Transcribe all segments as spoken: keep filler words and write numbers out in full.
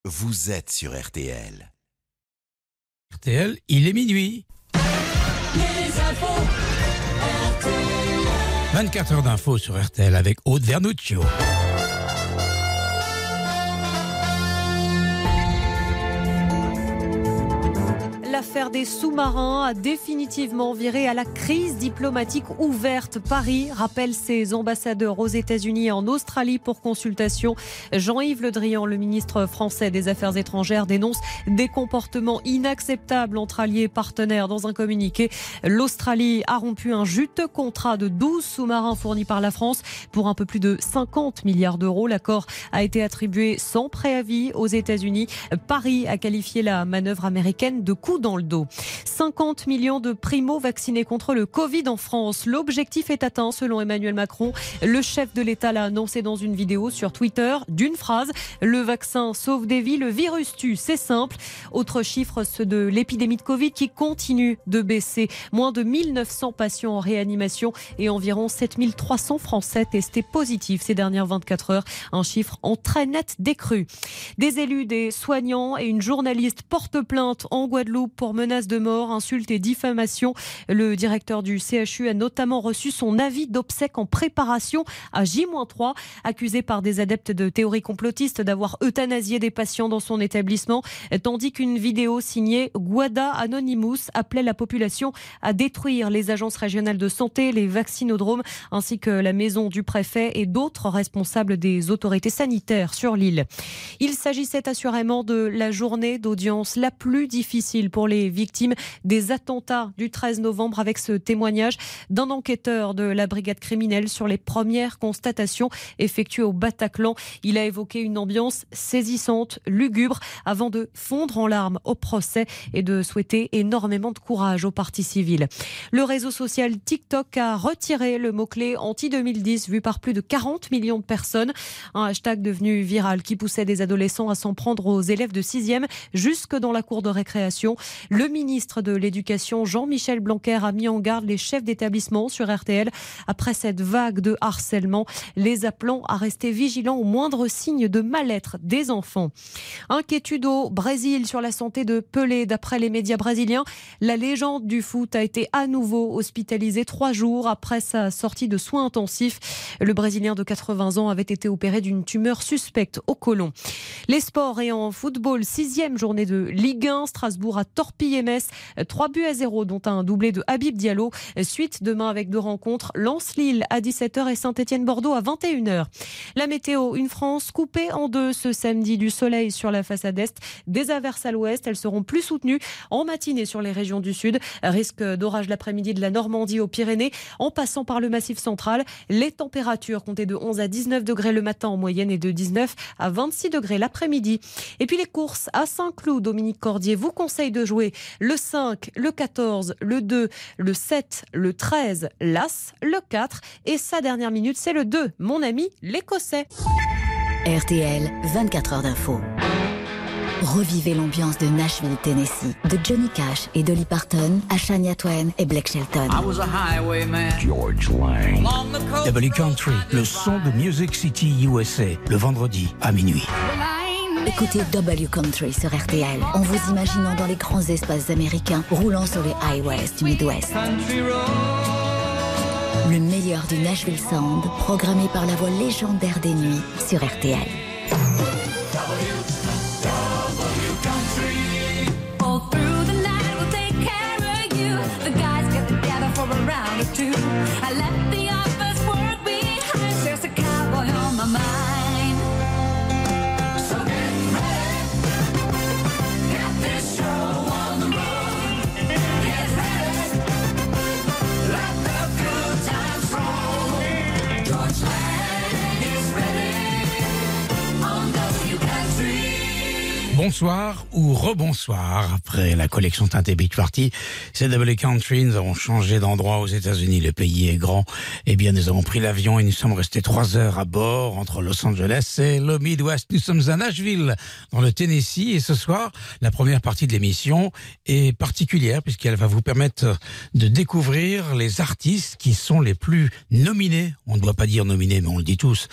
vous êtes sur R T L. R T L, il est minuit. Les infos R T L. vingt-quatre heures d'infos sur R T L avec Aude Vernuccio. L'affaire des sous-marins a définitivement viré à la crise diplomatique ouverte. Paris rappelle ses ambassadeurs aux États-Unis et en Australie pour consultation. Jean-Yves Le Drian, le ministre français des Affaires étrangères, dénonce des comportements inacceptables entre alliés et partenaires. Dans un communiqué, l'Australie a rompu un juteux contrat de douze sous-marins fournis par la France pour un peu plus de cinquante milliards d'euros. L'accord a été attribué sans préavis aux États-Unis. Paris a qualifié la manœuvre américaine de coup dans le dos. cinquante millions de primo-vaccinés contre le Covid en France. L'objectif est atteint selon Emmanuel Macron. Le chef de l'État l'a annoncé dans une vidéo sur Twitter d'une phrase. Le vaccin sauve des vies, le virus tue, c'est simple. Autre chiffre, ceux de l'épidémie de Covid qui continue de baisser. Moins de mille neuf cents patients en réanimation et environ sept mille trois cents Français testés positifs ces dernières vingt-quatre heures. Un chiffre en très nette décrue. Des élus, des soignants et une journaliste portent plainte en Guadeloupe pour menaces de mort, insultes et diffamation. Le directeur du C H U a notamment reçu son avis d'obsèques en préparation à J trois, accusé par des adeptes de théories complotistes d'avoir euthanasié des patients dans son établissement, tandis qu'une vidéo signée Guada Anonymous appelait la population à détruire les agences régionales de santé, les vaccinodromes, ainsi que la maison du préfet et d'autres responsables des autorités sanitaires sur l'île. Il s'agissait assurément de la journée d'audience la plus difficile pour les victimes des attentats du treize novembre, avec ce témoignage d'un enquêteur de la brigade criminelle sur les premières constatations effectuées au Bataclan. Il a évoqué une ambiance saisissante, lugubre, avant de fondre en larmes au procès et de souhaiter énormément de courage aux parties civiles. Le réseau social TikTok a retiré le mot-clé anti deux mille dix vu par plus de quarante millions de personnes. Un hashtag devenu viral qui poussait des adolescents à s'en prendre aux élèves de sixième jusque dans la cour de récréation. Le ministre de l'Éducation, Jean-Michel Blanquer, a mis en garde les chefs d'établissement sur R T L après cette vague de harcèlement, les appelant à rester vigilants au moindre signe de mal-être des enfants. Inquiétude au Brésil sur la santé de Pelé. D'après les médias brésiliens, la légende du foot a été à nouveau hospitalisé trois jours après sa sortie de soins intensifs. Le Brésilien de quatre-vingts ans avait été opéré d'une tumeur suspecte au côlon. Les sports et en football, sixième journée de Ligue un. Strasbourg a torpillé Metz, trois buts à zéro, dont un doublé de Habib Diallo. Suite demain avec deux rencontres, Lens-Lille à dix-sept heures et Saint-Étienne-Bordeaux à vingt et une heures. La météo, une France coupée en deux ce samedi, du soleil sur la façade est, des averses à l'ouest. Elles seront plus soutenues en matinée sur les régions du sud. Risque d'orage l'après-midi de la Normandie aux Pyrénées, en passant par le Massif central. Les températures comptaient de onze à dix-neuf degrés le matin en moyenne et de dix-neuf à vingt-six degrés l'après-midi. Et puis les courses à Saint-Cloud, Dominique Cordier vous conseille de jouer le cinq, le quatorze, le deux, le sept, le treize, l'As, le quatre et sa dernière minute, c'est le deux, mon ami l'Écossais. R T L, vingt-quatre heures d'info. Revivez l'ambiance de Nashville, Tennessee, de Johnny Cash et Dolly Parton à Shania Twain et Blake Shelton. George Lang. W Country, le son de Music City U S A, le vendredi à minuit. Écoutez W Country sur R T L en vous imaginant dans les grands espaces américains roulant sur les highways du Midwest. Le meilleur du Nashville Sound, programmé par la voix légendaire des nuits sur R T L. Bonsoir ou rebonsoir. Après la collection teintée Beach Party, c'est W Country. Nous avons changé d'endroit aux États-Unis. Le pays est grand. Eh bien, nous avons pris l'avion et nous sommes restés trois heures à bord entre Los Angeles et le Midwest. Nous sommes à Nashville, dans le Tennessee. Et ce soir, la première partie de l'émission est particulière puisqu'elle va vous permettre de découvrir les artistes qui sont les plus nominés. On ne doit pas dire nominés, mais on le dit tous.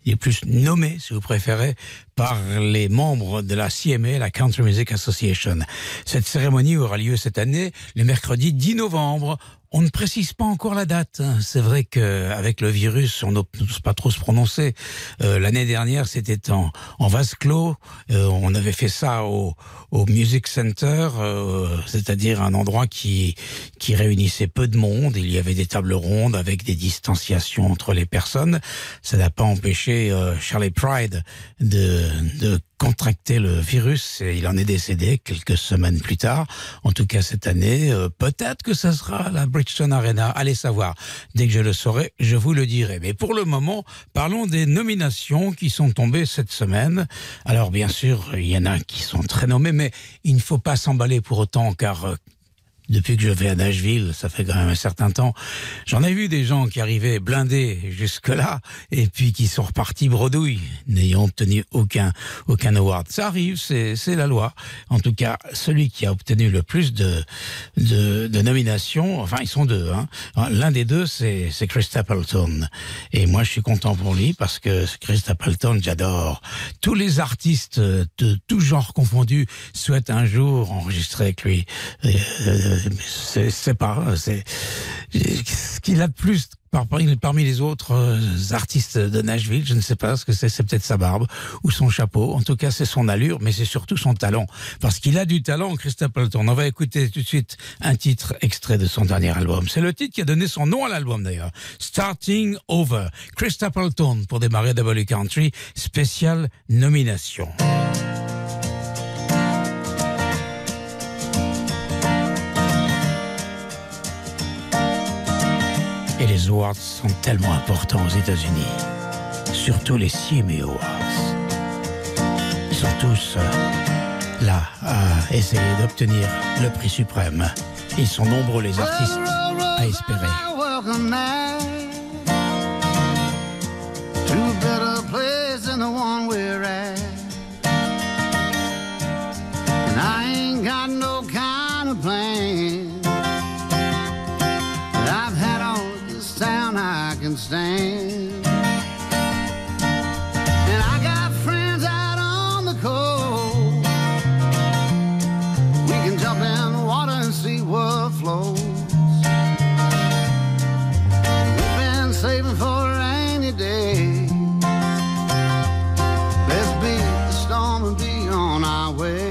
il est plus nommé, si vous préférez, par les membres de la C M A, la Country Music Association. Cette cérémonie aura lieu cette année, le mercredi dix novembre. On ne précise pas encore la date. C'est vrai qu'avec le virus, on n'ose pas trop se prononcer. Euh, l'année dernière, c'était en, en vase clos. Euh, on avait fait ça au, au Music Center, euh, c'est-à-dire un endroit qui, qui réunissait peu de monde. Il y avait des tables rondes avec des distanciations entre les personnes. Ça n'a pas empêché euh, Charlie Pride de, de contracter le virus et il en est décédé quelques semaines plus tard. En tout cas, cette année, euh, peut-être que ça sera la Bridgestone Arena. Allez savoir. Dès que je le saurai, je vous le dirai. Mais pour le moment, parlons des nominations qui sont tombées cette semaine. Alors, bien sûr, il y en a qui sont très nommés, mais il ne faut pas s'emballer pour autant, car euh, depuis que je vais à Nashville, ça fait quand même un certain temps, j'en ai vu des gens qui arrivaient blindés jusque-là et puis qui sont repartis bredouilles, n'ayant obtenu aucun aucun award. Ça arrive, c'est c'est la loi. En tout cas, celui qui a obtenu le plus de de, de nominations, enfin ils sont deux, hein. L'un des deux, c'est c'est Chris Stapleton. Et moi, je suis content pour lui parce que Chris Stapleton, j'adore. Tous les artistes de tout genre confondus souhaitent un jour enregistrer avec lui. Euh, C'est, c'est pas, c'est ce qu'il a de plus parmi, parmi les autres euh, artistes de Nashville. Je ne sais pas ce que c'est. C'est peut-être sa barbe ou son chapeau. En tout cas, c'est son allure, mais c'est surtout son talent, parce qu'il a du talent, Chris Stapleton. On va écouter tout de suite un titre extrait de son dernier album. C'est le titre qui a donné son nom à l'album d'ailleurs. Starting Over. Chris Stapleton pour démarrer W Country, spéciale nomination. Et les awards sont tellement importants aux États-Unis, surtout les C M A Awards. Ils sont tous euh, là à essayer d'obtenir le prix suprême. Ils sont nombreux les artistes à espérer. Stand. And I got friends out on the coast. We can jump in the water and see what flows. We've been saving for a rainy day. Let's beat the storm and be on our way.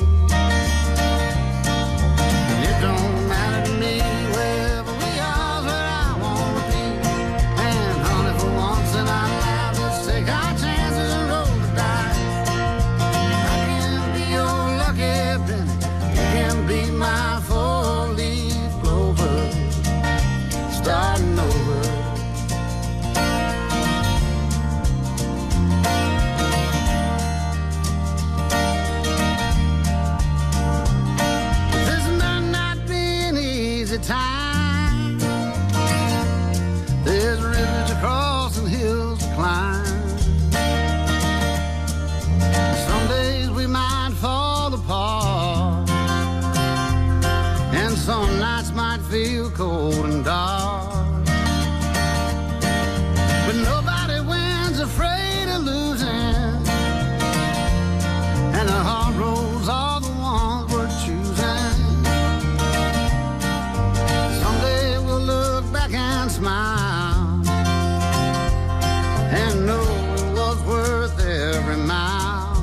And it don't matter to me wherever we are, where I wanna be. Once in our lives, let's take our chances and roll the dice. I can be your lucky penny, you can be my four-leaf clover, starting over. This might not be an easy time. There's rivers across and hills to climb. Some days we might fall apart, and some nights might feel cold and dark. But nobody wins afraid of losing, and the hard roads are the ones worth choosing. Someday we'll look back and smile and know it was worth every mile.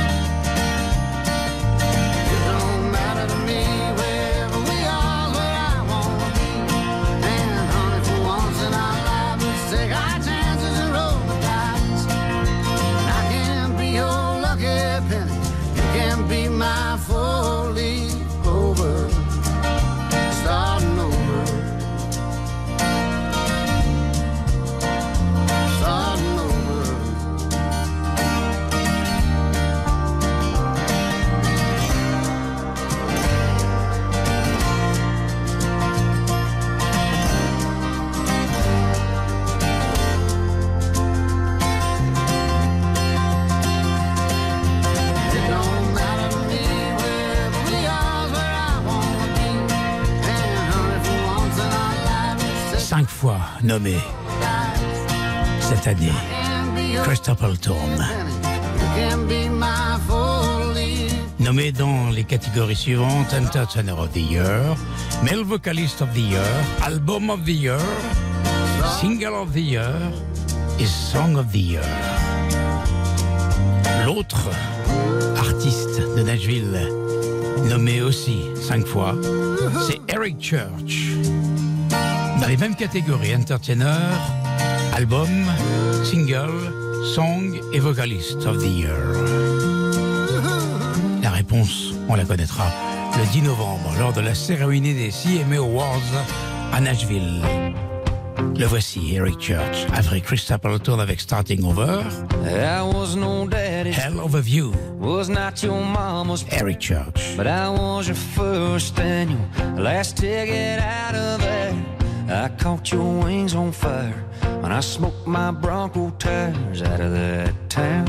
It don't matter to me wherever we are, where I wanna be. And honey, for once in our lives, let's take our chances and roll the dice. I can be your lucky penny, you can be my four-leaf clover, starting over. Cinq fois nommé cette année. Chris Stapleton. Nommé dans les catégories suivantes: Entertainer of the Year, Male Vocalist of the Year, Album of the Year, Single of the Year et Song of the Year. L'autre artiste de Nashville, nommé aussi cinq fois, c'est Eric Church. Dans les mêmes catégories: Entertainer, Album, Single, Song et Vocalist of the Year. La réponse, on la connaîtra le dix novembre lors de la cérémonie des C M A Awards à Nashville. Le voici, Eric Church, avec Chris Stapleton avec Starting Over. I was no daddy, Hell of a View. was not your mama's, Eric Church. but I was your first and your last ticket out of there. I caught your wings on fire when I smoked my Bronco tires out of that town.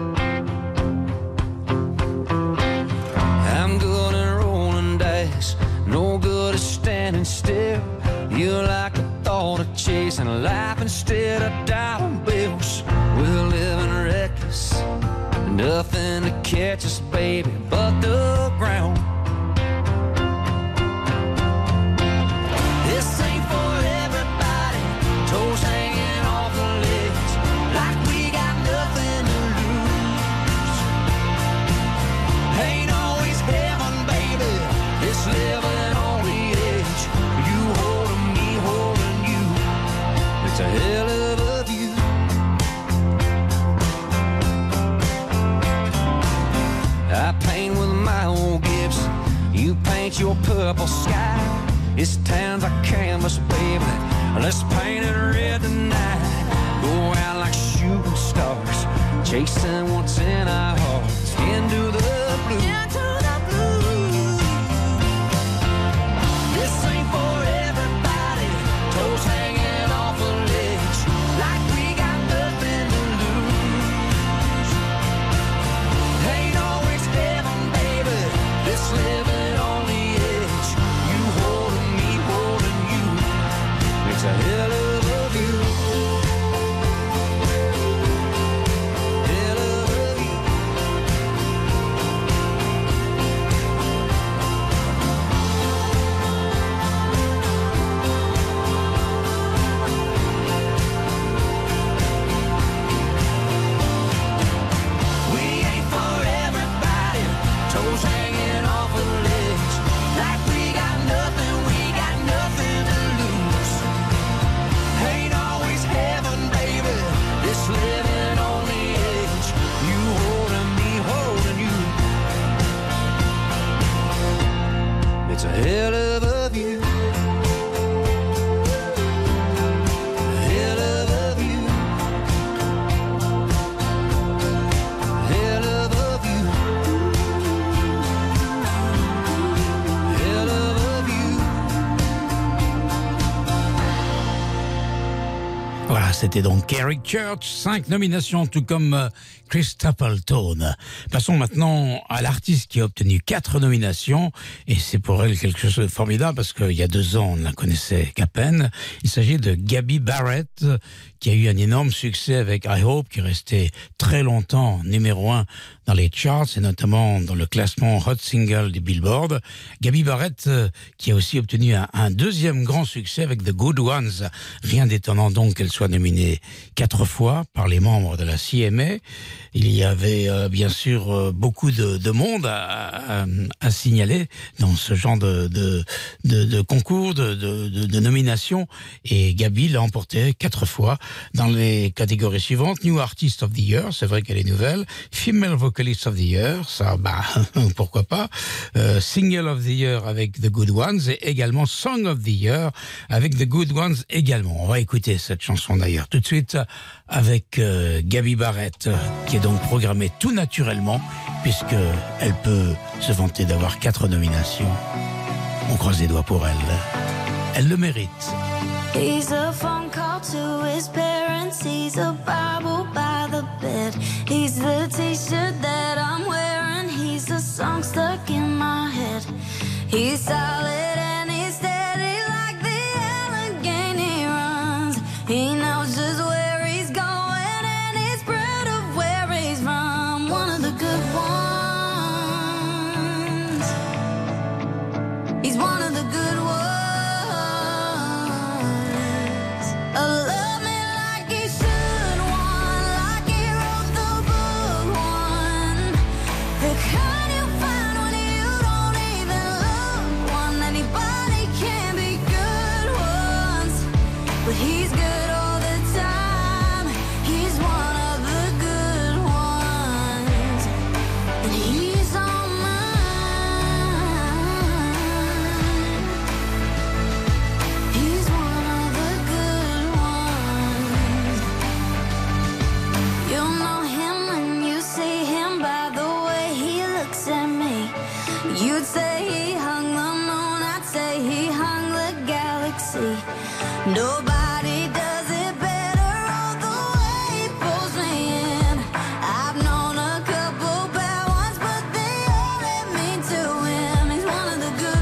I'm good at rolling dice, no good at standing still. You're like the thought of chasing life instead of dollar bills. We're living reckless, nothing to catch us, baby, but the ground. This ain't for everybody, toes hanging off the ledge, like we got nothing to lose. Ain't always heaven, baby, it's living on the edge. You holding me, holding you, it's a hell of a view. I paint with my old Gibson, you paint your purple sky. This town's a canvas, baby, let's paint it red tonight. Go out like shooting stars, chasing what's in our hearts, into the blue. Into the blue. This ain't for everybody, toes hanging off a ledge, like we got nothing to lose. Ain't always heaven, baby, this living on the edge. You holding me, holding you, makes a hell of a view. Hell of a view. We ain't for everybody, toes hanging off a ledge, like we got nothing, we got nothing to lose. Ain't always heaven, baby, this living on the edge. You holding me, holding you, it's a hell of a view. Hell of a view. Hell of a view. Hell of a view. Voilà, c'était donc Eric Church, cinq nominations, tout comme euh, Chris Stapleton. Passons maintenant à l'artiste qui a obtenu quatre nominations, et c'est pour elle quelque chose de formidable parce qu'il y a deux ans, on ne la connaissait qu'à peine. Il s'agit de Gabby Barrett, qui a eu un énorme succès avec I Hope, qui est resté très longtemps numéro un dans les charts, et notamment dans le classement Hot Single du Billboard. Gabby Barrett, euh, qui a aussi obtenu un, un deuxième grand succès avec The Good Ones. Rien d'étonnant donc qu'elle soit nominée quatre fois par les membres de la C M A. Il y avait euh, bien sûr euh, beaucoup de, de monde à, à, à signaler dans ce genre de, de, de, de concours, de, de, de, de nomination, et Gabi l'a emporté quatre fois dans les catégories suivantes: New Artist of the Year, c'est vrai qu'elle est nouvelle; Female Vocalist of the Year, ça bah pourquoi pas; euh, Single of the Year avec The Good Ones, et également Song of the Year avec The Good Ones également. On va écouter cette chanson d'ailleurs tout de suite avec euh, Gabby Barrett, qui est donc programmée tout naturellement puisque elle peut se vanter d'avoir quatre nominations. On croise les doigts pour elle. Elle le mérite. He's a phone call to his parents. He's a Bible by the bed. He's the t-shirt that I'm wearing. He's a song stuck in my head. He's solid and he's steady like the Allegheny runs. He knows just where he's going and he's pretty kind you find when you don't even look. One anybody can be good once, but he's good all the time. He's one of the good ones, and he's all mine. He's one of the good ones. You'll know him when you see him by the way he looks at me. You'd say he hung the moon, I'd say he hung the galaxy. Nobody does it better, oh, the way he pulls me in. I've known a couple bad ones, but they all let me to him. He's one of the good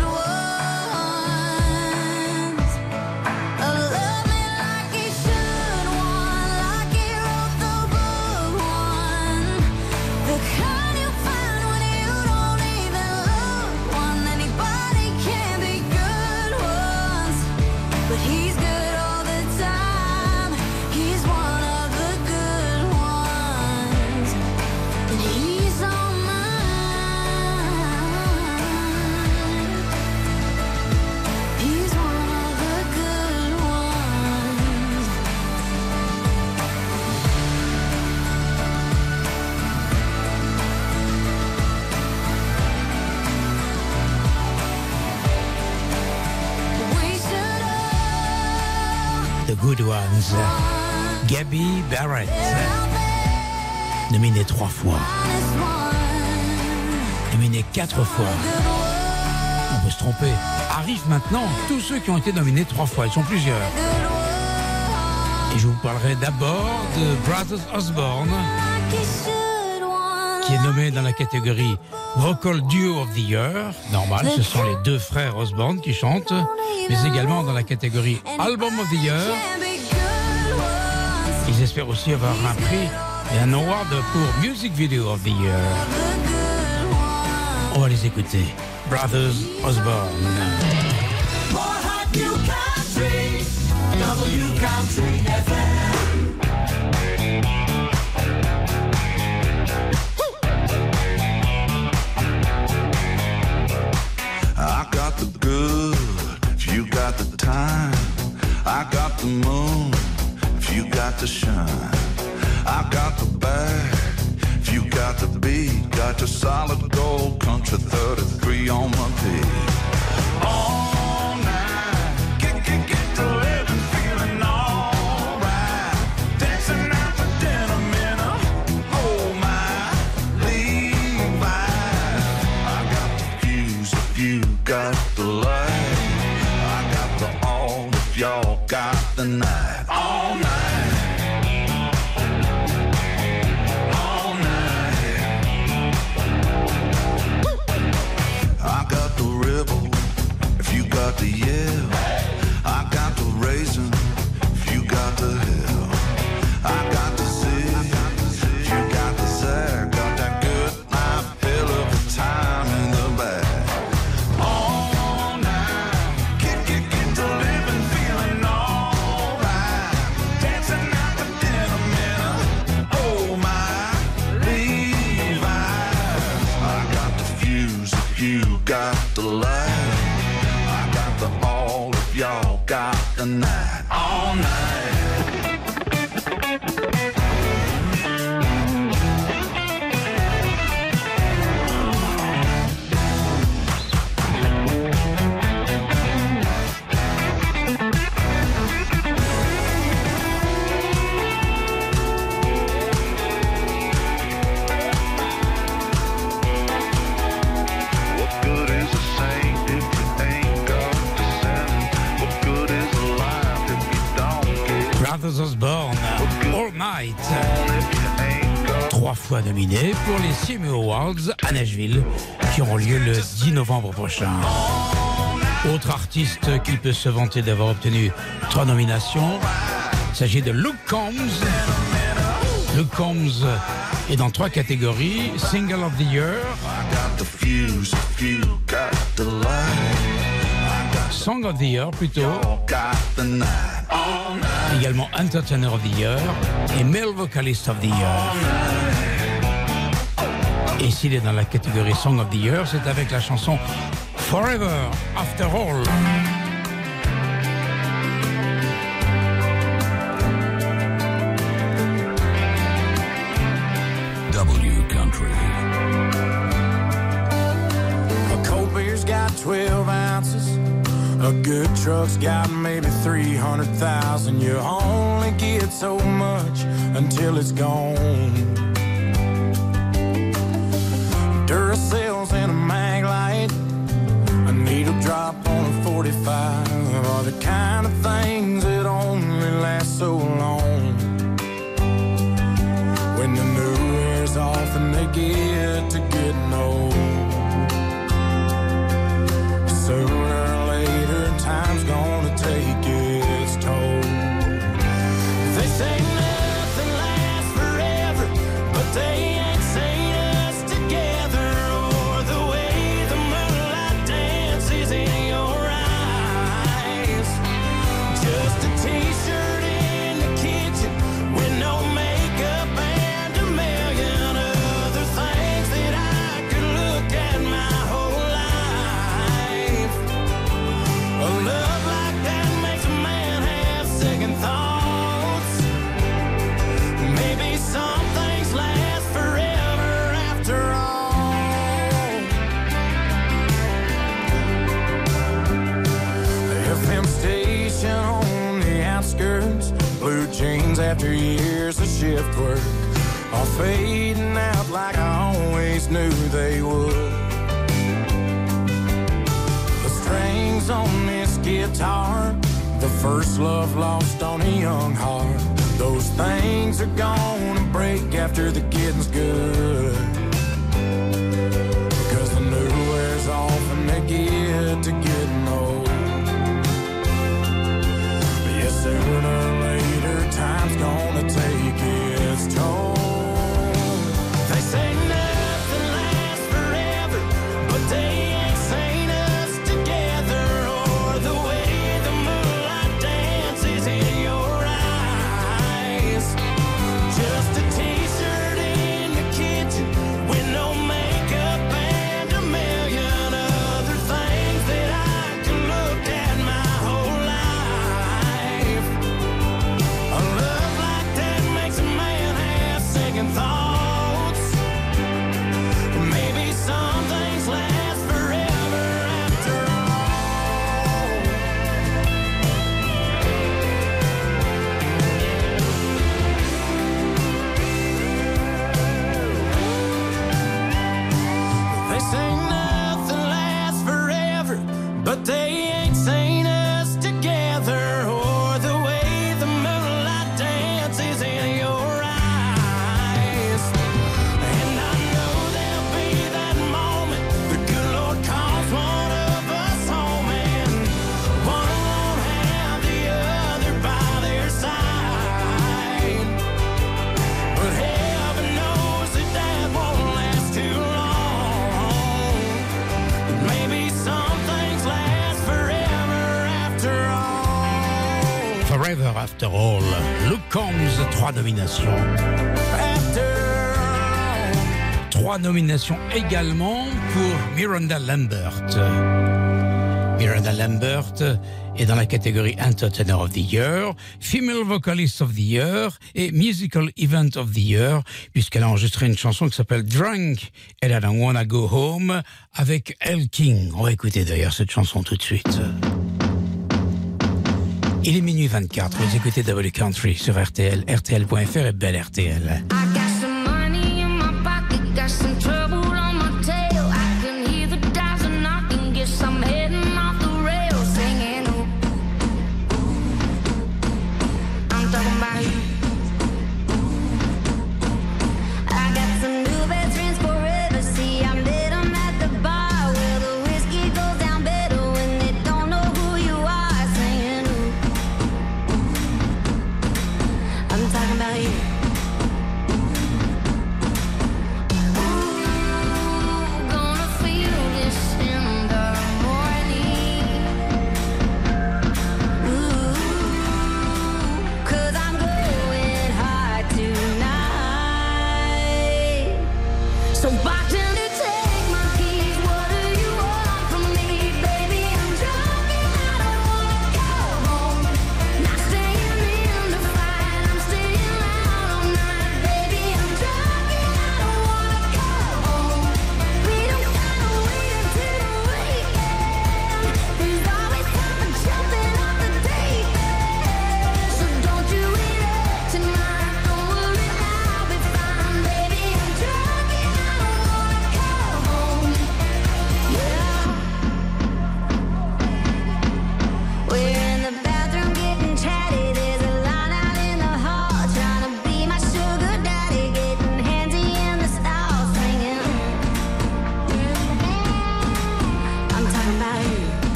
ones. Oh, love me like he should, one like he wrote the book, one. The kind you find when you don't even look. One anybody can be good once, but he's good all the time. He's one of the good ones, and he's all mine. He's one of the good ones. We should all The Good Ones. Gabby Barrett, nominée trois fois, nominée quatre fois. On peut se tromper. Arrivent maintenant tous ceux qui ont été nominés trois fois. Ils sont plusieurs. Et je vous parlerai d'abord de Brothers Osborne, qui est nommé dans la catégorie Vocal Duo of the Year. Normal, ce sont les deux frères Osborne qui chantent, mais également dans la catégorie Album of the Year. Ils espèrent aussi avoir un prix et un award pour Music Video of the Year. On va les écouter. Brothers Osborne. More hot new country, W Country F M. I got the good, if you got the time. I got the moon, if you got the shine. I got the bag, if you got the beat. Got your solid gold country thirty-three on my feet. All night, get, get, get to living, feeling alright. Dancing out the denim in a, oh my, Levi's. I got the fuse if you got the light. I got the all if y'all got the night. All night. All night. I got the rebel if you got the yell. I got the raisin if you got the hill. I got the zig if you got the zag. Got that good night pill of the time in the bag. All night, get, get, get to living, feeling alright. Dancing out the denim in a, oh my, Levi's. I got the fuse if you got the light. I got the all if y'all got the night. All night. What good is a saint if you ain't got the sense? What good is a life if you don't get Brothers Osborne, All Night. if you ain't got Trois fois nominés pour les C M A Awards à Nashville, qui auront lieu le dix novembre prochain. Autre artiste qui peut se vanter d'avoir obtenu trois nominations, il s'agit de Luke Combs. Luke Combs est dans trois catégories: Single of the Year, the fuse if you got the light. Song of the Year plutôt, Got the night. All night. également Entertainer of the Year et Male Vocalist of the Year. Et s'il est dans la catégorie Song of the Year, c'est avec la chanson Forever After All. W Country. A cold beer's got twelve ounces. A good truck's got maybe three hundred thousand. You only get so much until it's gone. Duracells and a mag light, a needle drop on a forty-five are the kind of things that only last so long. When the new wears off and they get to getting old, sooner or later time's gonna take its toll. They say nothing lasts forever, but they ain't seen us together, or the way the moonlight dances in your eyes. Just a t-shirt in the kitchen with no makeup and a million other things that I could look at my whole life. A love like that makes a man have second thoughts. Maybe some things last forever after all. The F M station on the outskirts, blue jeans after years of shift work, all fading out like I always knew they would. The strings on this guitar, the first love lost on a young heart, those things are gonna break after the getting's good. Because the new wears off and they get to getting old. But yes, sooner or later time's gonna take its toll. They say nothing lasts forever, but they ain't seen us together, or the way the moonlight dances in your eyes. Just a t-shirt in the kitchen with no makeup and a million other things that I can look at my whole life. A love like that makes a man have second thoughts. Maybe some things last forever after all. They say nothing lasts forever, but they ain't seen us together, or the way the moonlight dances in your eyes. And I know there'll be that moment the good Lord calls one of us home, and one won't have the other by their side. But heaven knows that that won't last too long. Maybe some things last forever after all. Forever After All. Luke Combs, trois nominations. After all. Trois nominations également pour Miranda Lambert. Miranda Lambert est dans la catégorie Entertainer of the Year, Female Vocalist of the Year et Musical Event of the Year, puisqu'elle a enregistré une chanson qui s'appelle Drunk and I Don't Wanna Go Home avec Elle King. On va écouter d'ailleurs cette chanson tout de suite. Il est minuit vingt-quatre, vous écoutez W Country sur R T L, R T L point F R et Belle R T L. I got some money in my pocket, got some trouble on my tail. I can hear the dials are knocking, guess I'm heading off the rails, singing. Ooh, I'm talking about you. I got some new best friends forever. See, I met 'em at the bar where the whiskey goes down better when they don't know who you are, singing. Ooh, I'm talking about you. Ooh,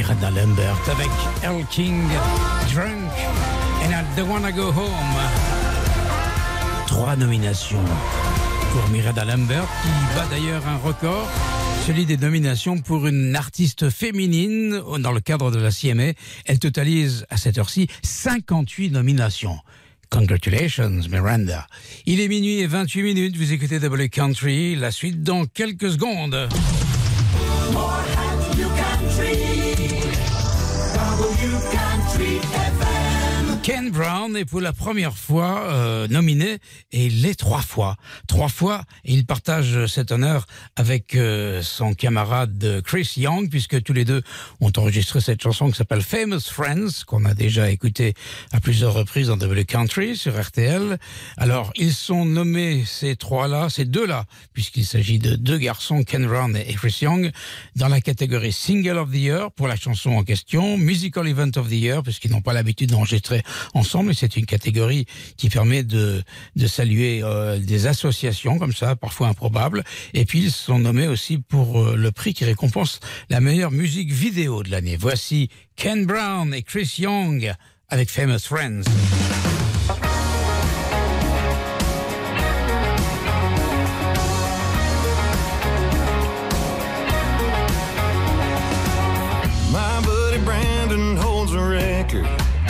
Miranda Lambert avec Elle King, Drunk and I Don't Wanna Go Home. Trois nominations pour Miranda Lambert, qui bat d'ailleurs un record, celui des nominations pour une artiste féminine dans le cadre de la C M A. Elle totalise à cette heure-ci cinquante-huit nominations. Congratulations, Miranda. Il est minuit et vingt-huit minutes, vous écoutez W Country, la suite dans quelques secondes. More Hat You Country, W Country F M. Ken Brown est pour la première fois euh, nominé, et il l'est trois fois. Trois fois, et il partage cet honneur avec euh, son camarade Chris Young, puisque tous les deux ont enregistré cette chanson qui s'appelle Famous Friends, qu'on a déjà écoutée à plusieurs reprises dans W Country sur R T L. Alors, ils sont nommés, ces trois-là, ces deux-là, puisqu'il s'agit de deux garçons, Ken Brown et Chris Young, dans la catégorie Single of the Year pour la chanson en question, Musical Event of the Year, puisqu'ils n'ont pas l'habitude d'enregistrer ensemble, et c'est une catégorie qui permet de, de saluer euh, des associations comme ça, parfois improbables. Et puis ils sont nommés aussi pour euh, le prix qui récompense la meilleure musique vidéo de l'année. Voici Ken Brown et Chris Young avec Famous Friends. My buddy Brandon holds a record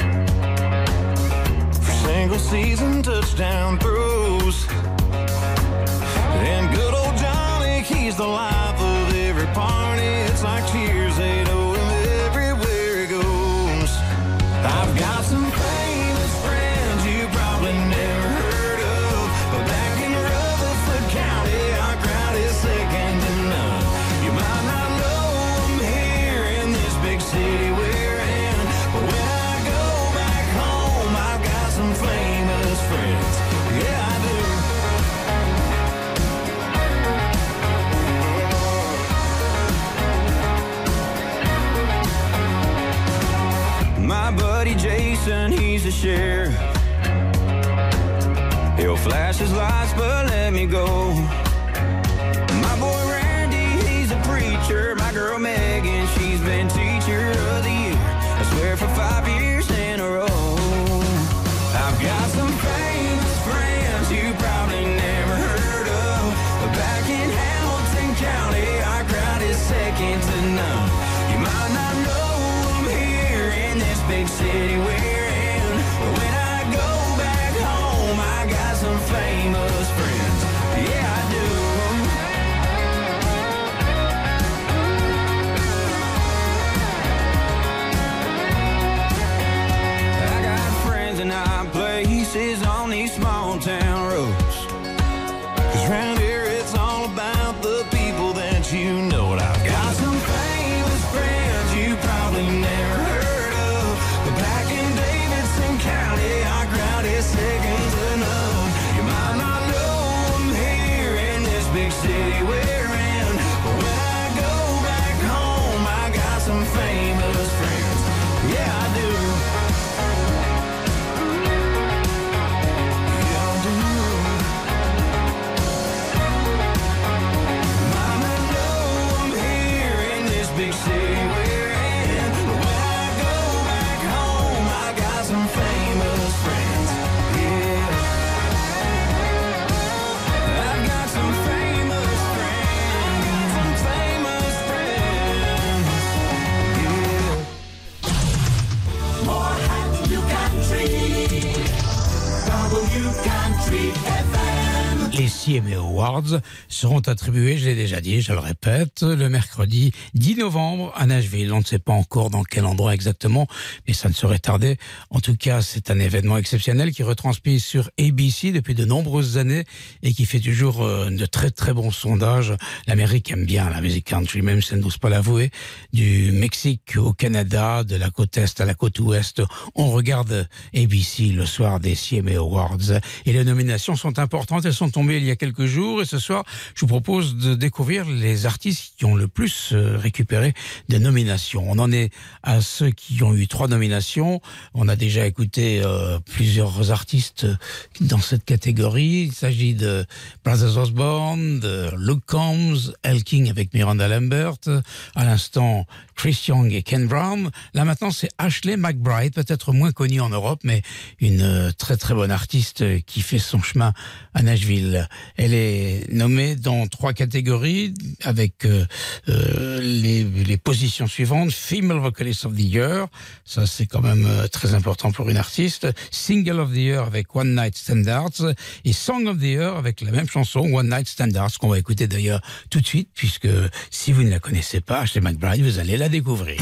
for single season touchdown throws. And good old Johnny, he's the life of every party. It's like cheers, they know him everywhere he goes. I've got some famous friends you probably never heard of, but back in Rutherford County, our crowd is second to none. You might not know them here in this big city we're in, but when I go back home, I've got some famous friends. Yeah, I do. My buddy Jason, he's a sheriff. He'll flash his lights, but let me go. My boy Randy, he's a preacher. My girl Megan, she's been teacher of the year, I swear for five years in a row. I've got some famous friends you probably never heard of, but back in Hamilton County, our crowd is second to none. You might not know them here in this big city we're in, but when I go back home, I got some famous friends. Yeah, I do. I got friends in high places on these small town roads, 'cause round here it's all about the people that you know. And I've got some famous friends you probably never heard of, but back in Davidson County, our crowd is second to none. You might not know them here in this big city we're in, but when I go back home, I got some famous friends. Yeah, I do. Yeah, I do. Might not know them here in this big city we're in, but when I go back home, I got some famous friends. Yeah, I've got some famous friends, some famous friends. Yeah. More Hat You Country, W Country F M. Les C M A Awards seront attribués, je l'ai déjà dit, je le répète, le mercredi dix novembre à Nashville. On ne sait pas encore dans quel endroit exactement, mais ça ne saurait tarder. En tout cas, c'est un événement exceptionnel qui retransmet sur A B C depuis de nombreuses années et qui fait toujours euh, de très très bons sondages. L'Amérique aime bien la musique country, même si elle n'ose pas l'avouer. Du Mexique au Canada, de la côte Est à la côte Ouest, on regarde A B C le soir des C M A Awards. Et les nominations sont importantes, elles sont tombées il y a a quelques jours. Et ce soir, je vous propose de découvrir les artistes qui ont le plus récupéré des nominations. On en est à ceux qui ont eu trois nominations. On a déjà écouté euh, plusieurs artistes dans cette catégorie. Il s'agit de Brothers Osborne, de Luke Combs, Elle King avec Miranda Lambert, à l'instant Chris Young et Ken Brown. Là maintenant c'est Ashley McBryde, peut-être moins connue en Europe, mais une très très bonne artiste qui fait son chemin à Nashville. Elle est nommée dans trois catégories avec euh, euh, les, les positions suivantes: Female Vocalist of the Year, ça c'est quand même euh, très important pour une artiste, Single of the Year avec One Night Standards et Song of the Year avec la même chanson One Night Standards, qu'on va écouter d'ailleurs tout de suite, puisque si vous ne la connaissez pas, Ashley McBryde, vous allez la découvrir.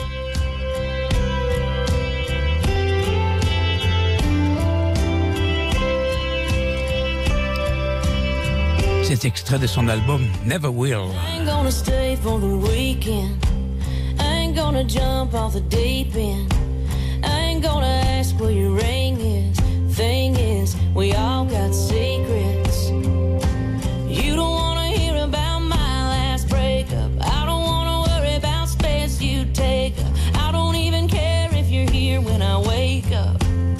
Cet extrait de son album Never Will. I ain't gonna stay for the weekend. I ain't gonna jump off the deep end. I ain't gonna ask where your ring is. Thing is, we all got secrets. You don't wanna hear about my last breakup. I don't wanna worry about space you take up. I don't even care if you're here when I wake up.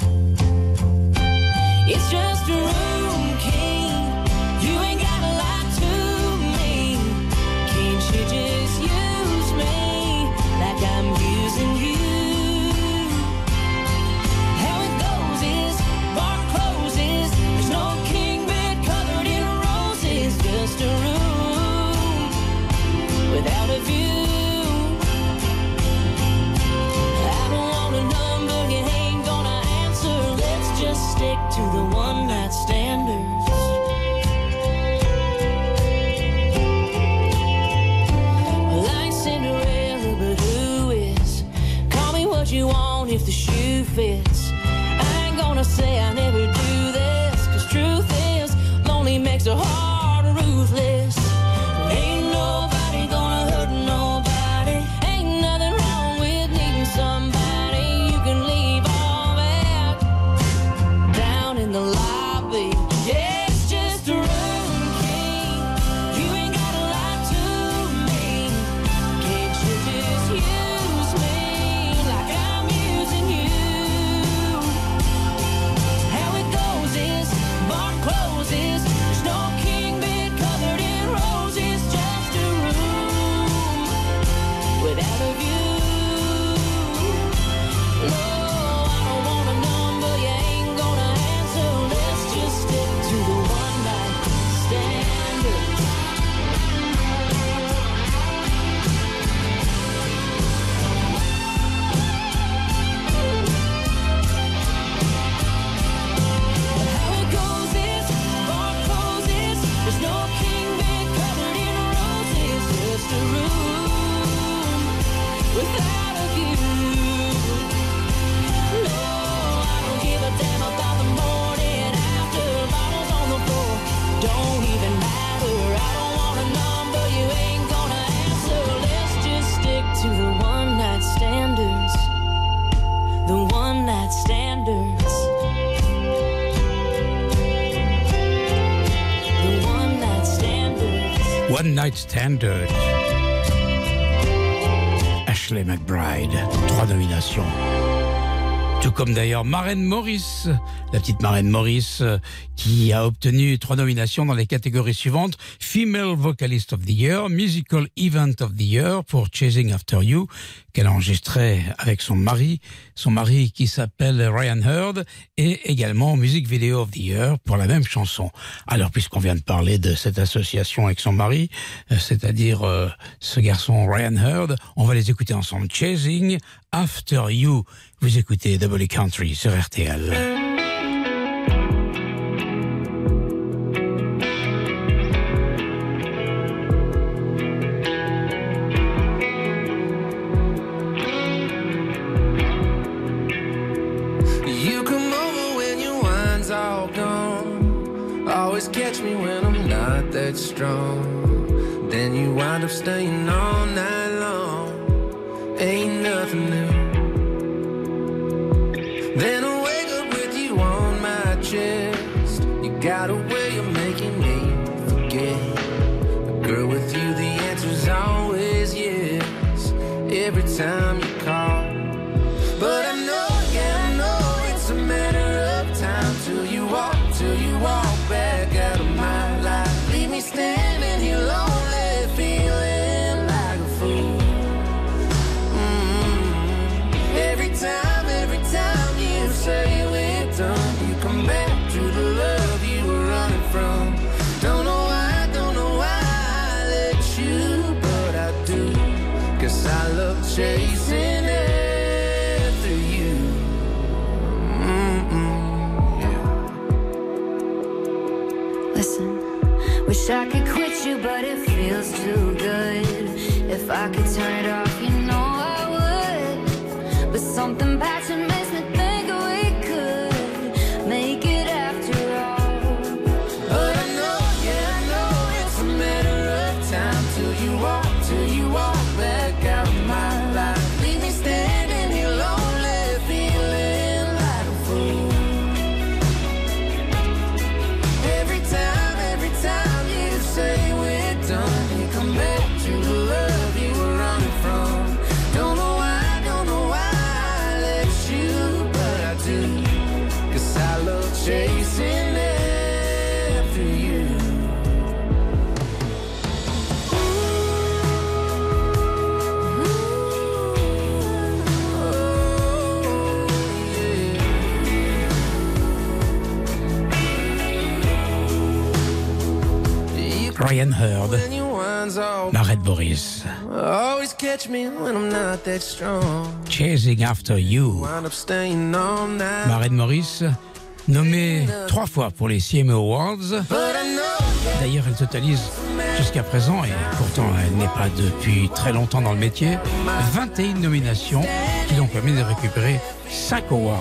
It's just a room key. You ain't gotta lie to me. Can't you just use me like I'm using you? How it goes is bar closes. There's no king bed covered in roses. Just a room without a view. I don't want a number you ain't gonna answer. Let's just stick to the one night standards. Well, I ain't Cinderella, but who is? Call me what you want if the shoe fits. I ain't gonna say I never do this, 'cause truth is, lonely makes a heart ruthless. Ain't nobody gonna hurt nobody. Ain't nothing wrong with needing somebody. You can leave all that down in the lobby. Yeah, it's just a room key. You ain't gotta lie to me. Can't you just use me like I'm using you? How it goes is bar closes. There's no king bed covered in roses. Just a room without a view. No, I don't want a number you ain't gonna answer. Let's just stick to the one night standard. How it goes is bar closes. There's no king bed covered in roses. Just a room without a view. No, I don't give a damn about the morning after. Bottles on the floor don't even matter. I don't want a number you ain't gonna answer. Let's just stick to the one night standards. The one night standards. The one night standards. One Night Standard. Ashley McBryde, trois nominations. Tout comme d'ailleurs Maren Morris, la petite Maren Morris, euh, qui a obtenu trois nominations dans les catégories suivantes: Female Vocalist of the Year, Musical Event of the Year pour Chasing After You, qu'elle a enregistré avec son mari, son mari qui s'appelle Ryan Hurd, et également Music Video of the Year pour la même chanson. Alors, puisqu'on vient de parler de cette association avec son mari, euh, c'est-à-dire euh, ce garçon Ryan Hurd, on va les écouter ensemble. Chasing After You. Vous écoutez W Country sur R T L. You come over when your wine's all gone. Always catch me when I'm not that strong. Then you wind up staying all night long. Ain't nothing new. Then I wake up with you on my chest. You got a way of making me every time you call. But I know, yeah, I know it's a matter of time till you walk, till you walk back out of my life. Leave me standing here lonely, feeling like a fool. Mm-hmm. Every time, every time you say we're done, you come back to the love you were running from. Don't know why, don't know why I let you, but I do. 'Cause I love chasing after you. Mm-mm, yeah. Listen, wish I could quit you, but it feels too good. If I could turn it off, you know I would. But something passion makes me think we could make it after all. But I know, yeah, I know it's a matter of time till you walk, till you walk back out of my life. Leave me standing here lonely, feeling like a fool. Every time, every time you say we're done, you come back to the love you were running from. Don't know why, don't know why I let you, but I do. 'Cause I love chasing after you. Ryan Hurd, When you wine's all Marette Boris, always catch me when I'm not that strong. Chasing After You. Wind up staying all night. Marette Morris, nommée trois fois pour les C M A Awards. But I know, D'ailleurs, elle totalise jusqu'à présent, et pourtant elle n'est pas depuis très longtemps dans le métier, vingt et une nominations qui lui ont permis de récupérer cinq awards.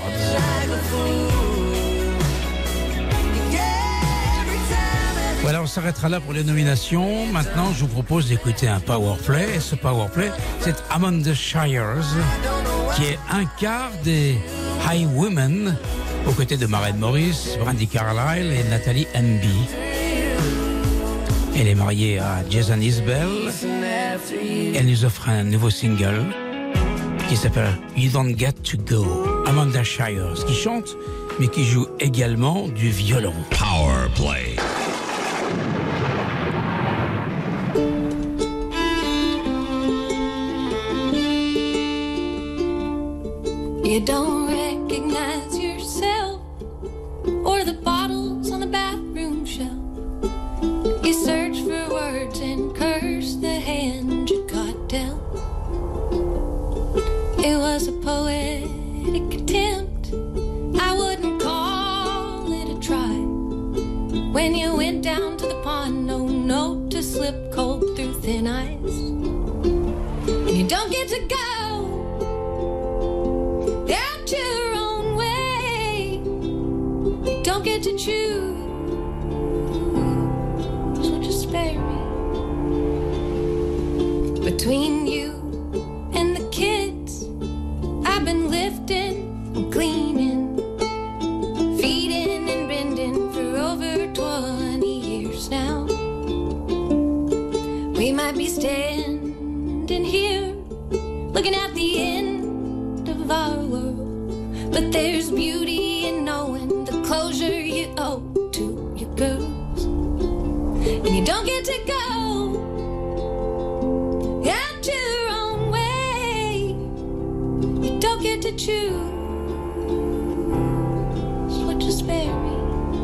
Voilà, on s'arrêtera là pour les nominations. Maintenant, je vous propose d'écouter un powerplay. Et ce powerplay, c'est Amanda Shires, qui est un quart des High Women, aux côtés de Mairead Morris, Brandi Carlile et Nathalie Emby. Elle est mariée à Jason Isbell. Elle nous offre un nouveau single qui s'appelle You Don't Get to Go. Amanda Shires, qui chante, mais qui joue également du violon. Powerplay. You don't recognize yourself or the bottles on the bathroom shelf. You search for words and curse the hand you got dealt. It was a poetic attempt. I wouldn't call it a try. When you went down to the pond, no note to slip cold through thin ice. And you don't get to go out your own way. You don't get to choose, so just spare me. Between you and the kids, I've been lifting and cleaning, feeding and bending for over twenty years now. We might be standing here looking at the end of our world, but there's beauty in knowing the closure you owe to your girls. And you don't get to go out your own way. You don't get to choose, so just spare me.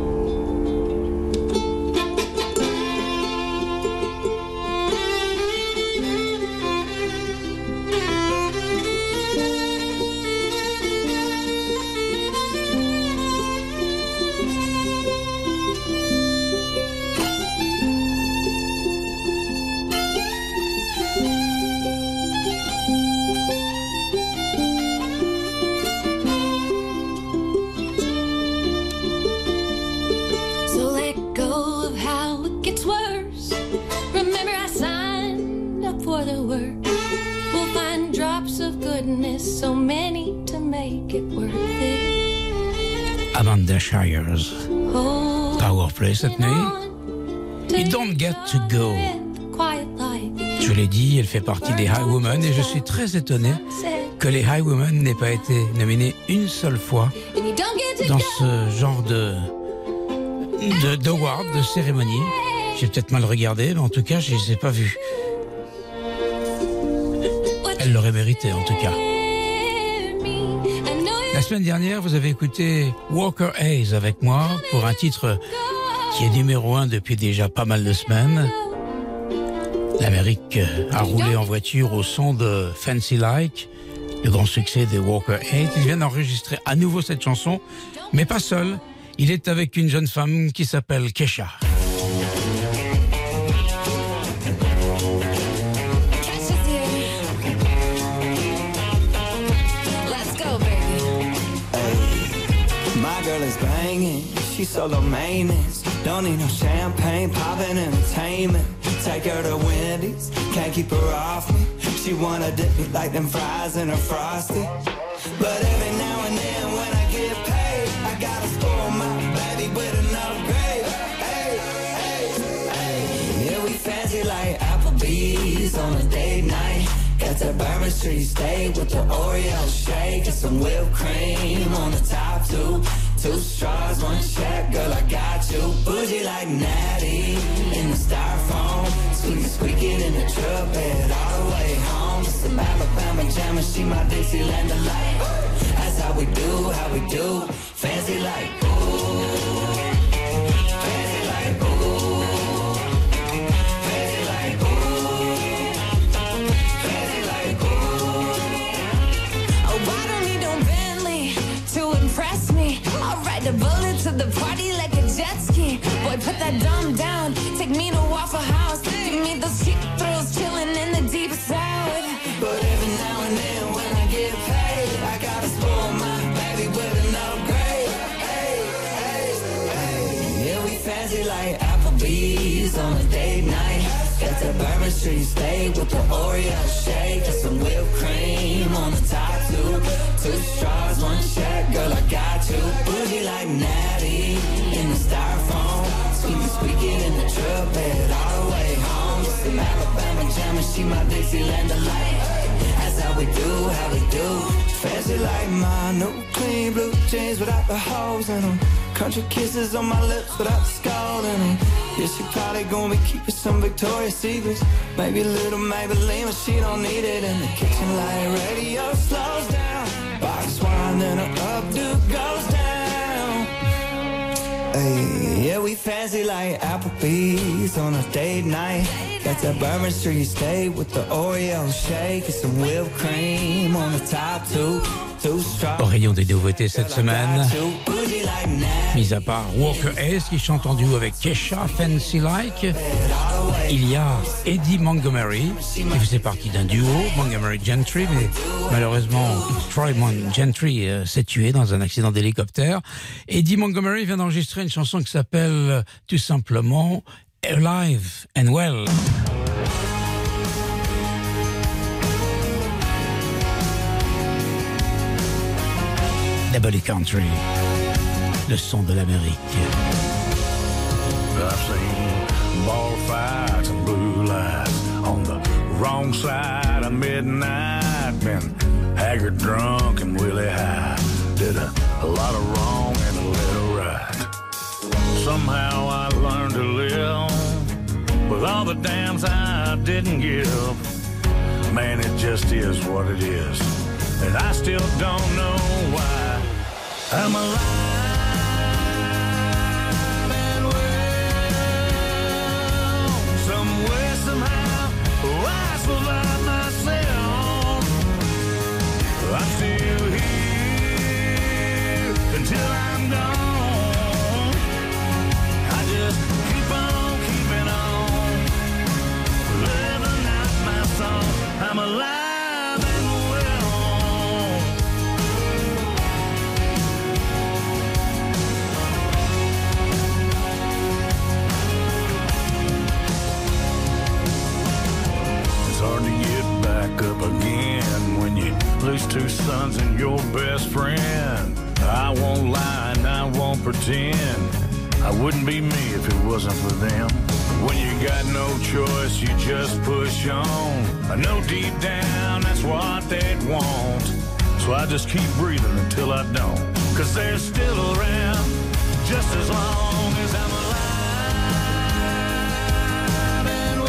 So many to make it worth it. Amanda Shires. Powerplay cette nuit. You don't get to go. Je l'ai dit, elle fait partie des Highwomen et je suis très étonné que les Highwomen n'aient pas été nominées une seule fois dans ce genre de de d'award, de cérémonie. J'ai peut-être mal regardé, mais en tout cas, je ne les ai pas vues. Elle l'aurait mérité, en tout cas. La semaine dernière, vous avez écouté Walker Hayes avec moi pour un titre qui est numéro un depuis déjà pas mal de semaines. L'Amérique a roulé en voiture au son de Fancy Like, le grand succès de Walker Hayes. Il vient d'enregistrer à nouveau cette chanson, mais pas seul. Il est avec une jeune femme qui s'appelle Kesha. My girl is banging, she's solo maintenance. Don't need no champagne, poppin' entertainment. Take her to Wendy's, can't keep her off me. She wanna dip me like them fries in her Frosty. But every now and then when I get paid, I gotta spoil my baby with an upgrade. Hey, hey, hey. Yeah, we fancy like Applebee's on a date night. Got that Bourbon Street steak with the Oreo shake and some whipped cream on the top two. Two straws, one check, girl, I got you. Bougie like Natty in the styrofoam. Squeaky, squeaking in the truck bed all the way home. Some Alabama jammer, she my Dixieland delight. That's how we do, how we do. Fancy like, ooh. Fancy like, ooh. Fancy like, ooh. Fancy like, ooh. Oh, I don't need no Bentley to impress me. I'll ride the bullet to the party like a jet ski. Boy, put that dumb down. Take me to Waffle House. Give me those cheap thrills, chilling in the deep south. But every now and then when I get paid, I gotta spoil my baby with an upgrade. Hey, hey, hey. Yeah, we fancy like Applebee's on a date night. Got that Bourbon Street steak with the Oreo shake and some whipped cream on the top two. Two straws, one check, girl, I got you. Bougie like Natty in the styrofoam. Squeaky, squeaking in the truck bed all the way home. Some Alabama jammer, she my Dixieland delight. That's how we do, how we do. Fancy like my new clean blue jeans without the holes in them. Country kisses on my lips without the skull in them. Yeah, she probably gonna be keeping some Victoria's Secrets. Maybe a little Maybelline, but she don't need it. In the kitchen light radio slows down. Box wine, then her updo goes down. Hey, yeah, we fancy like Applebee's on a date night. Got that Bourbon Street steak with the Oreo shake and some whipped cream on the top two. Au rayon des nouveautés cette semaine, mis à part Walker Hayes qui chante en duo avec Kesha, Fancy Like, il y a Eddie Montgomery qui faisait partie d'un duo, Montgomery Gentry, mais malheureusement Troy Gentry euh, s'est tué dans un accident d'hélicoptère. Eddie Montgomery vient d'enregistrer une chanson qui s'appelle tout simplement Alive and Well. W Country, le son de l'Amérique. I've seen bar fights and blue lights on the wrong side of midnight. Been haggard, drunk, and Willie high. Did a, a lot of wrong and a little right. Somehow I learned to live with all the damns I didn't give. Man, it just is what it is. And I still don't know why I'm alive and well. Somewhere, somehow, oh, I survived myself. I'm still here until I'm gone. I just keep on keeping on, living out my song. I'm alive. Up again when you lose two sons and your best friend. I won't lie and I won't pretend I wouldn't be me if it wasn't for them. When you got no choice, you just push on. I know deep down that's what they'd want. So I just keep breathing until I don't. Cause they're still around just as long as I'm alive and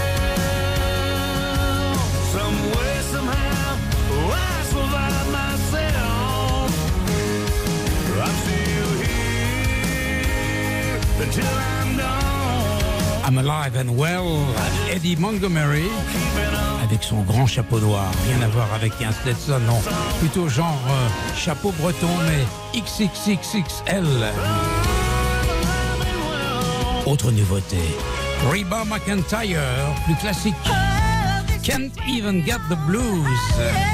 well. Some way, somehow, oh, I survive myself. I'm still here until I'm done. I'm alive and well, Eddie Montgomery, avec son grand chapeau noir, rien à voir avec un Stetson, non, plutôt genre euh, chapeau breton, mais X X X X L. Autre nouveauté, Reba McEntire, plus classique, Can't Even Get the Blues.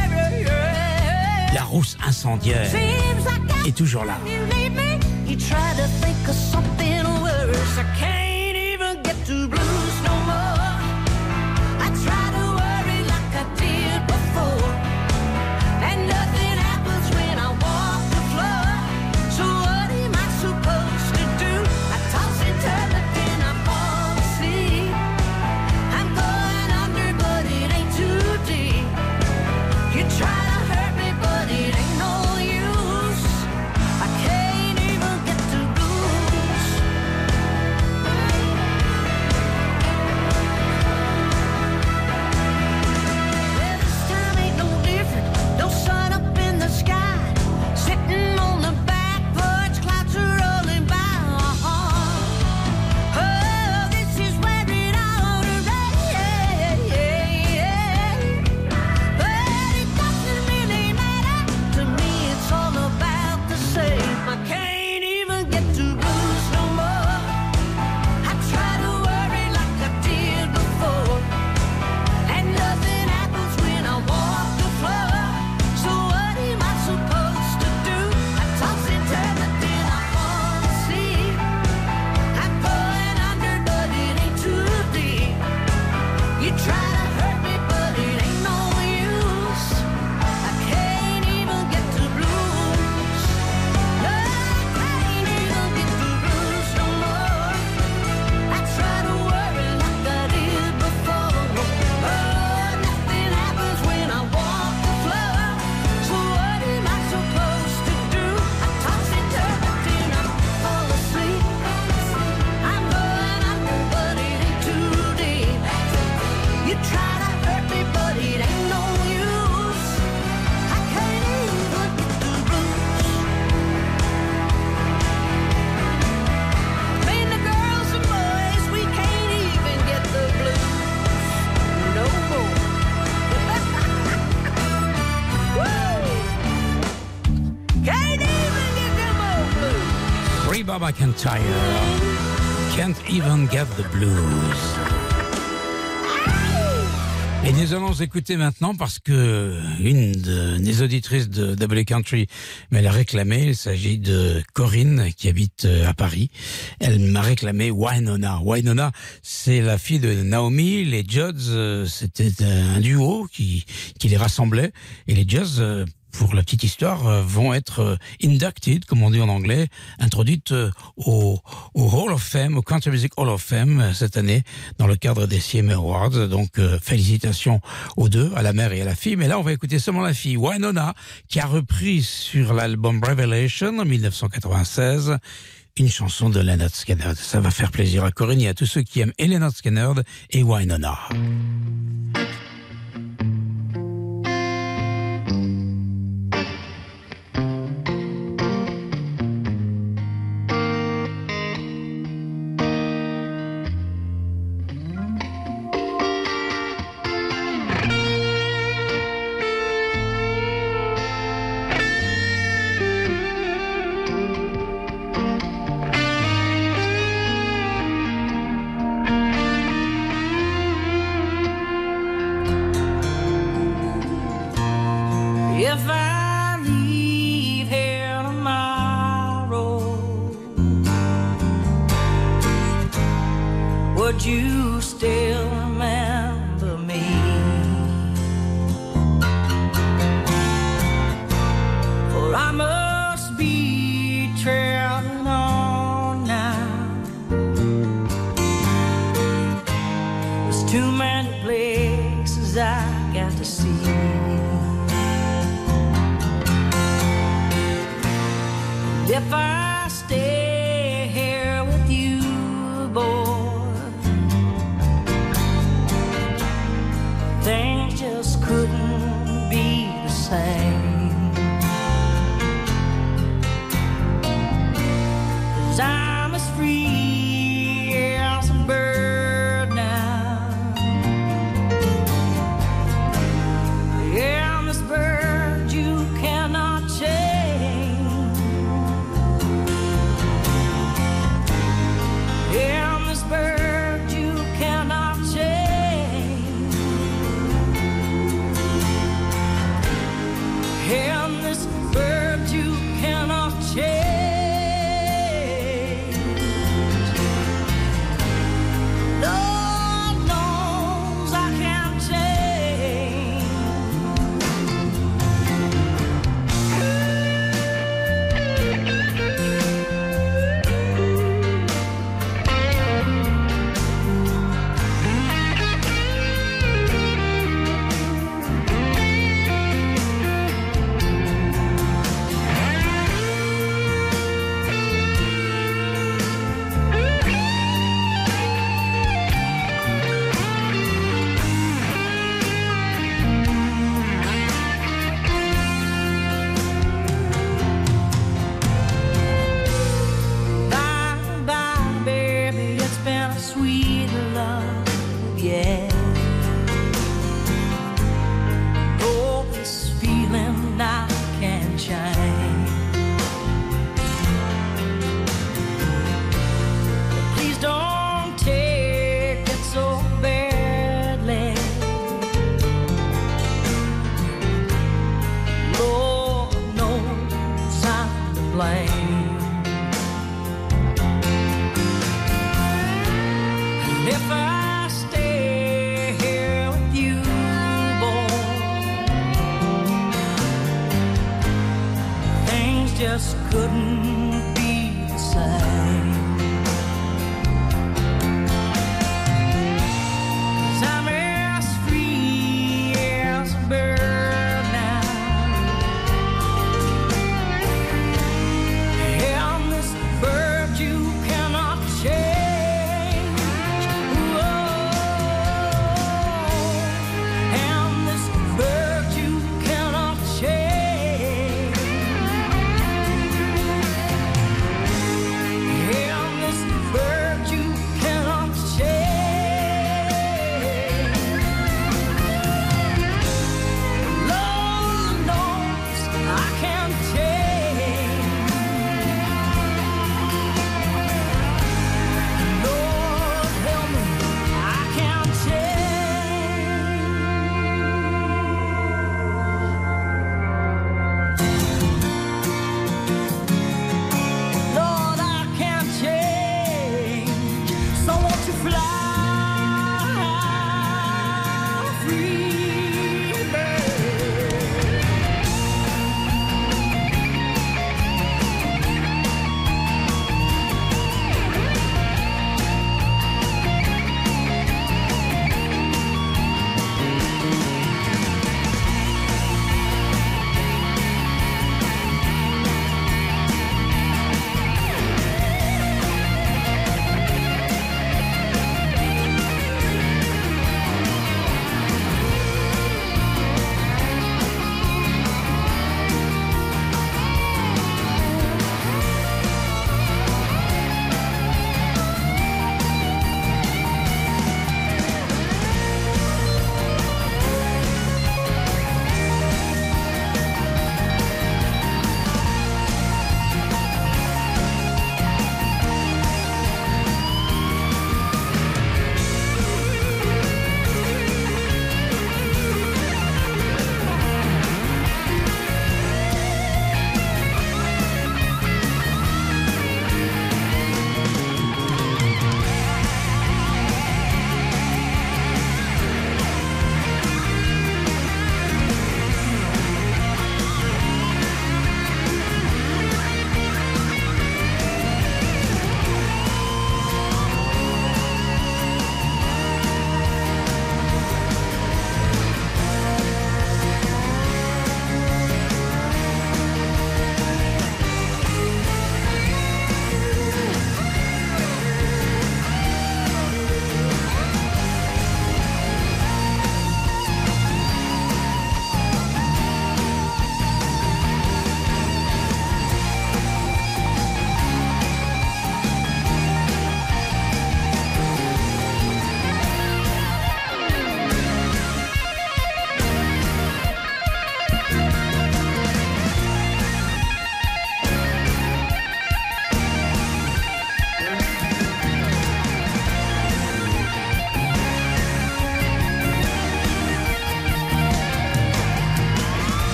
La rousse incendiaire est toujours là. You try to think of something worse. I can't even get to blues no more. I try to worry like I did before, and nothing happens when I walk the floor. So what am I supposed to do? I toss and turn, but then I fall asleep. I'm going under, but it ain't too deep. You try to hurt me, but it ain't no use. I can't even get to blues. Well, this time ain't no different. No sun up in the sky. Sitting on the back porch, clouds are rolling by. Oh, this is where it ought to rain. But it doesn't really matter. To me, it's all about the same. I can't even get to blues no more. I try to worry like I did before, and nothing happens when I walk the floor. So what am I supposed to do? I toss and turn, but then I fall asleep. I'm going under, but it ain't too deep. You try to hurt me, but it ain't no use. I can't even get to blues. No, I can't even get to blues no more. I try to worry like I did before. Oh, nothing happens when I walk the floor. So what am I supposed to do? I toss and turn, but then I fall asleep. I'm going under, but it ain't too deep. You try to hurt me, but it ain't no use. I can't even get the blues. Me and the girls and boys, we can't even get the blues no more. Woo! Can't even get them old blues. Reba McEntire, Can't Even Get the Blues. Et nous allons écouter maintenant parce que une de, des auditrices de W Country me l'a réclamé. Il s'agit de Corinne qui habite à Paris. Elle m'a réclamé Wynonna. Wynonna, c'est la fille de Naomi. Les Judds, c'était un duo qui, qui les rassemblait. Et les Judds, pour la petite histoire, vont être inducted, comme on dit en anglais, introduites au, au Hall of Fame, au Country Music Hall of Fame cette année, dans le cadre des C M A Awards. Donc, euh, félicitations aux deux, à la mère et à la fille. Mais là, on va écouter seulement la fille, Wynonna, qui a repris sur l'album Revelation en dix-neuf cent quatre-vingt-seize une chanson de Lynyrd Skynyrd. Ça va faire plaisir à Corinne et à tous ceux qui aiment et Lynyrd Skynyrd et Wynonna. If I leave here tomorrow, would you still remember me? For I must be traveling on now, If I stay here with you, boy, things just couldn't be the same. 'Cause I'm as free as a bird now. And this bird you cannot change. And this bird you cannot change. And this bird you cannot change. Lord knows I can't change. Bye, bye, baby, it's been a sweet love, yeah. Oh, this feeling I can't change. Please don't take it so badly. Lord knows I'm to blame. And if I stay here with you, boy, things just couldn't be the same. 'Cause I'm as free as a bird now. And this bird you cannot change. Whoa. And this bird you cannot change.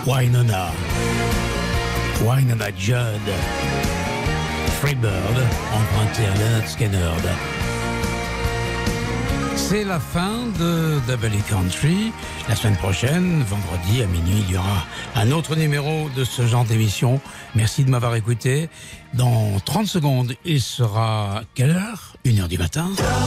Wynonna, Wynonna Judd, Freebird, emprunté à Leonard Skinner. C'est la fin de W Country. La semaine prochaine, vendredi à minuit, il y aura un autre numéro de ce genre d'émission. Merci de m'avoir écouté. Dans trente secondes, il sera quelle heure? Une heure du matin.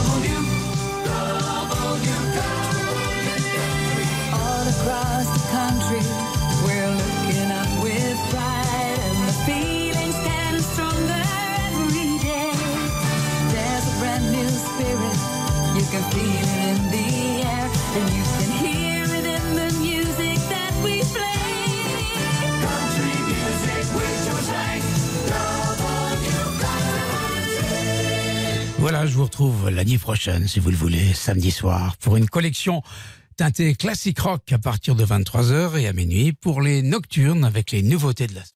All across the country, we're looking up with pride, and the feeling's getting stronger every day. There's a brand new spirit, you can feel it in the air, and you can hear it in the music that we play. Country music, we just like W Country. Voilà, je vous retrouve l'année prochaine, si vous le voulez, samedi soir, pour une collection teintée classique rock à partir de vingt-trois heures et à minuit pour les nocturnes avec les nouveautés de la semaine.